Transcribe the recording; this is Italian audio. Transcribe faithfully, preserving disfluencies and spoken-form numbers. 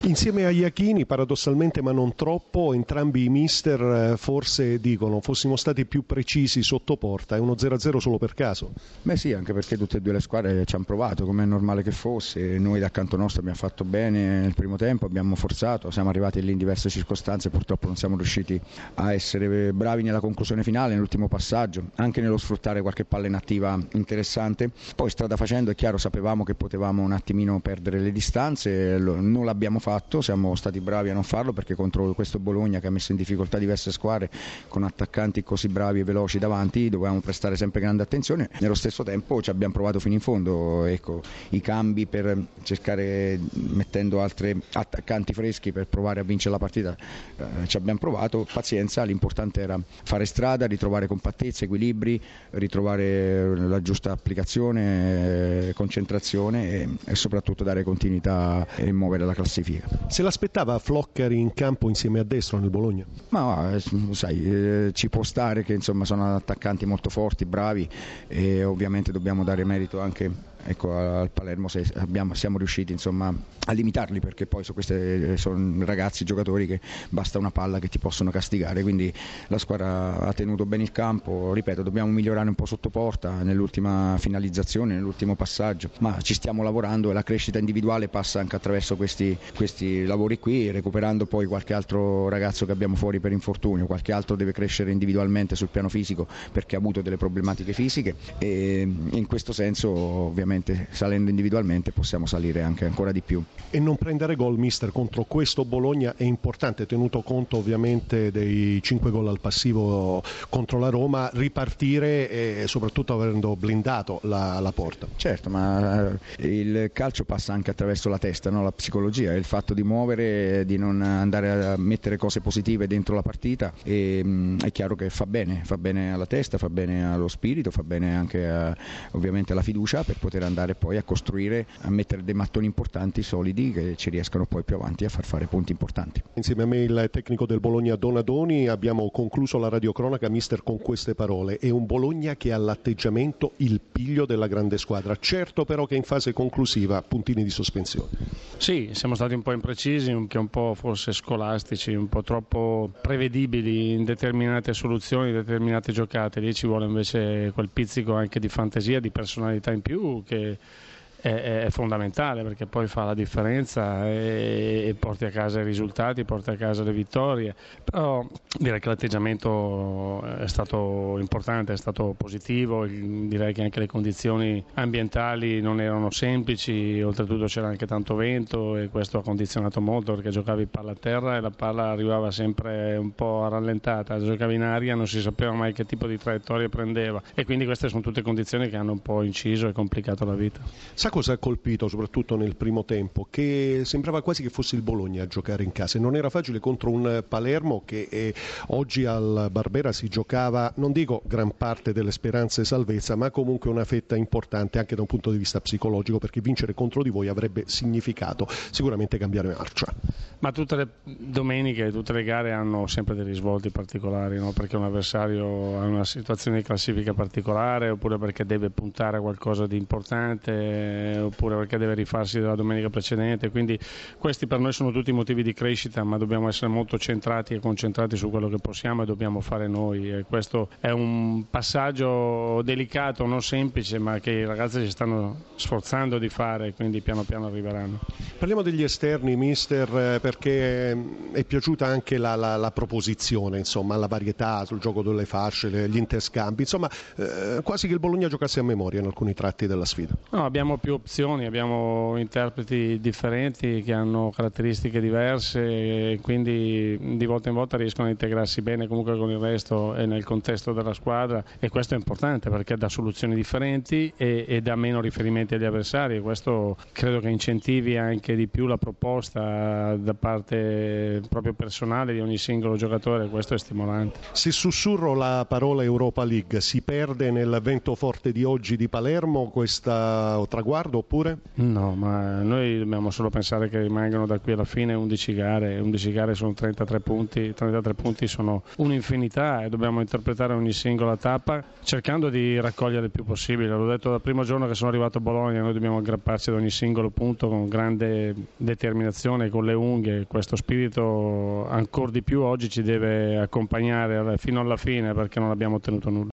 Insieme a Iachini, paradossalmente ma non troppo, entrambi i mister forse dicono fossimo stati più precisi sotto porta, è uno zero a zero solo per caso. Beh sì, anche perché tutte e due le squadre ci hanno provato, come è normale che fosse. Noi da canto nostro abbiamo fatto bene nel primo tempo, abbiamo forzato, siamo arrivati lì in diverse circostanze, purtroppo non siamo riusciti a essere bravi nella conclusione finale, nell'ultimo passaggio, anche nello sfruttare qualche palla inattiva interessante. Poi strada facendo, è chiaro, sapevamo che potevamo un attimino perdere le distanze, non l'abbiamo fatto. Siamo stati bravi a non farlo perché contro questo Bologna che ha messo in difficoltà diverse squadre con attaccanti così bravi e veloci davanti dovevamo prestare sempre grande attenzione. Nello stesso tempo ci abbiamo provato fino in fondo, ecco, i cambi per cercare, mettendo altri attaccanti freschi per provare a vincere la partita, eh, ci abbiamo provato, pazienza, l'importante era fare strada, ritrovare compattezza, equilibri, ritrovare la giusta applicazione, eh, concentrazione e, e soprattutto dare continuità e muovere la classifica. Se l'aspettava Floccari in campo insieme a Destro nel Bologna? Ma sai, eh, ci può stare che insomma sono attaccanti molto forti, bravi e ovviamente dobbiamo dare merito anche, ecco, al Palermo se abbiamo, siamo riusciti insomma a limitarli, perché poi su queste sono ragazzi, giocatori che basta una palla che ti possono castigare, quindi la squadra ha tenuto bene il campo. Ripeto, dobbiamo migliorare un po' sotto porta nell'ultima finalizzazione, nell'ultimo passaggio, ma ci stiamo lavorando e la crescita individuale passa anche attraverso questi, questi lavori qui, recuperando poi qualche altro ragazzo che abbiamo fuori per infortunio, qualche altro deve crescere individualmente sul piano fisico perché ha avuto delle problematiche fisiche e in questo senso ovviamente salendo individualmente possiamo salire anche ancora di più. E non prendere gol, mister, contro questo Bologna è importante, tenuto conto ovviamente dei cinque gol al passivo contro la Roma, ripartire e soprattutto avendo blindato la, la porta. Certo, ma il calcio passa anche attraverso la testa, no? La psicologia, il fatto di muovere, di non andare a mettere cose positive dentro la partita e mh, è chiaro che fa bene, fa bene alla testa, fa bene allo spirito, fa bene anche a, ovviamente alla fiducia per poter andare poi a costruire, a mettere dei mattoni importanti, solidi, che ci riescano poi più avanti a far fare punti importanti. Insieme a me il tecnico del Bologna Donadoni, abbiamo concluso la radiocronaca, mister, con queste parole: è un Bologna che ha l'atteggiamento, il piglio della grande squadra, certo però che in fase conclusiva puntini di sospensione. Sì, siamo stati un po' imprecisi, anche un po' forse scolastici, un po' troppo prevedibili in determinate soluzioni, in determinate giocate. Lì ci vuole invece quel pizzico anche di fantasia, di personalità in più che è, è fondamentale, perché poi fa la differenza e, e porti a casa i risultati, porti a casa le vittorie. Però direi che l'atteggiamento è stato importante, è stato positivo, direi che anche le condizioni ambientali non erano semplici, oltretutto c'era anche tanto vento e questo ha condizionato molto, perché giocavi palla a terra e la palla arrivava sempre un po' rallentata, giocavi in aria, non si sapeva mai che tipo di traiettoria prendeva e quindi queste sono tutte condizioni che hanno un po' inciso e complicato la vita. Sa cosa ha colpito soprattutto nel primo tempo? Che sembrava quasi che fosse il Bologna a giocare in casa e non era facile contro un Palermo che eh, oggi al Barbera si giocava, non dico gran parte delle speranze salvezza, ma comunque una fetta importante anche da un punto di vista psicologico, perché vincere contro di voi avrebbe significato sicuramente cambiare marcia. Ma tutte le domeniche, tutte le gare hanno sempre dei risvolti particolari, no? Perché un avversario ha una situazione di classifica particolare, oppure perché deve puntare a qualcosa di importante, oppure perché deve rifarsi dalla domenica precedente. Quindi questi per noi sono tutti motivi di crescita, ma dobbiamo essere molto centrati e concentrati su quello che possiamo e dobbiamo fare noi, e questo è un passaggio delicato, non semplice, ma che i ragazzi si stanno sforzando di fare, quindi piano piano arriveranno. Parliamo degli esterni, mister, perché è piaciuta anche la, la, la proposizione, insomma, la varietà sul gioco delle fasce, le, gli interscambi, insomma eh, quasi che il Bologna giocasse a memoria in alcuni tratti della sfida. No, abbiamo più opzioni, abbiamo interpreti differenti che hanno caratteristiche diverse e quindi di volta in volta riescono a integrarsi bene comunque con il resto e nel contesto della squadra, e questo è importante perché dà soluzioni differenti e, e dà meno riferimenti agli avversari, e questo credo che incentivi anche di più la proposta da parte proprio personale di ogni singolo giocatore. Questo è stimolante. Se sussurro la parola Europa League, si perde nel vento forte di oggi di Palermo questo traguardo oppure? No, ma noi dobbiamo solo pensare che rimangano da qui qui alla fine undici gare, undici gare sono trentatré punti, trentatré punti sono un'infinità e dobbiamo interpretare ogni singola tappa cercando di raccogliere il più possibile. L'ho detto dal primo giorno che sono arrivato a Bologna, noi dobbiamo aggrapparci ad ogni singolo punto con grande determinazione, con le unghie. Questo spirito ancora di più oggi ci deve accompagnare fino alla fine, perché non abbiamo ottenuto nulla.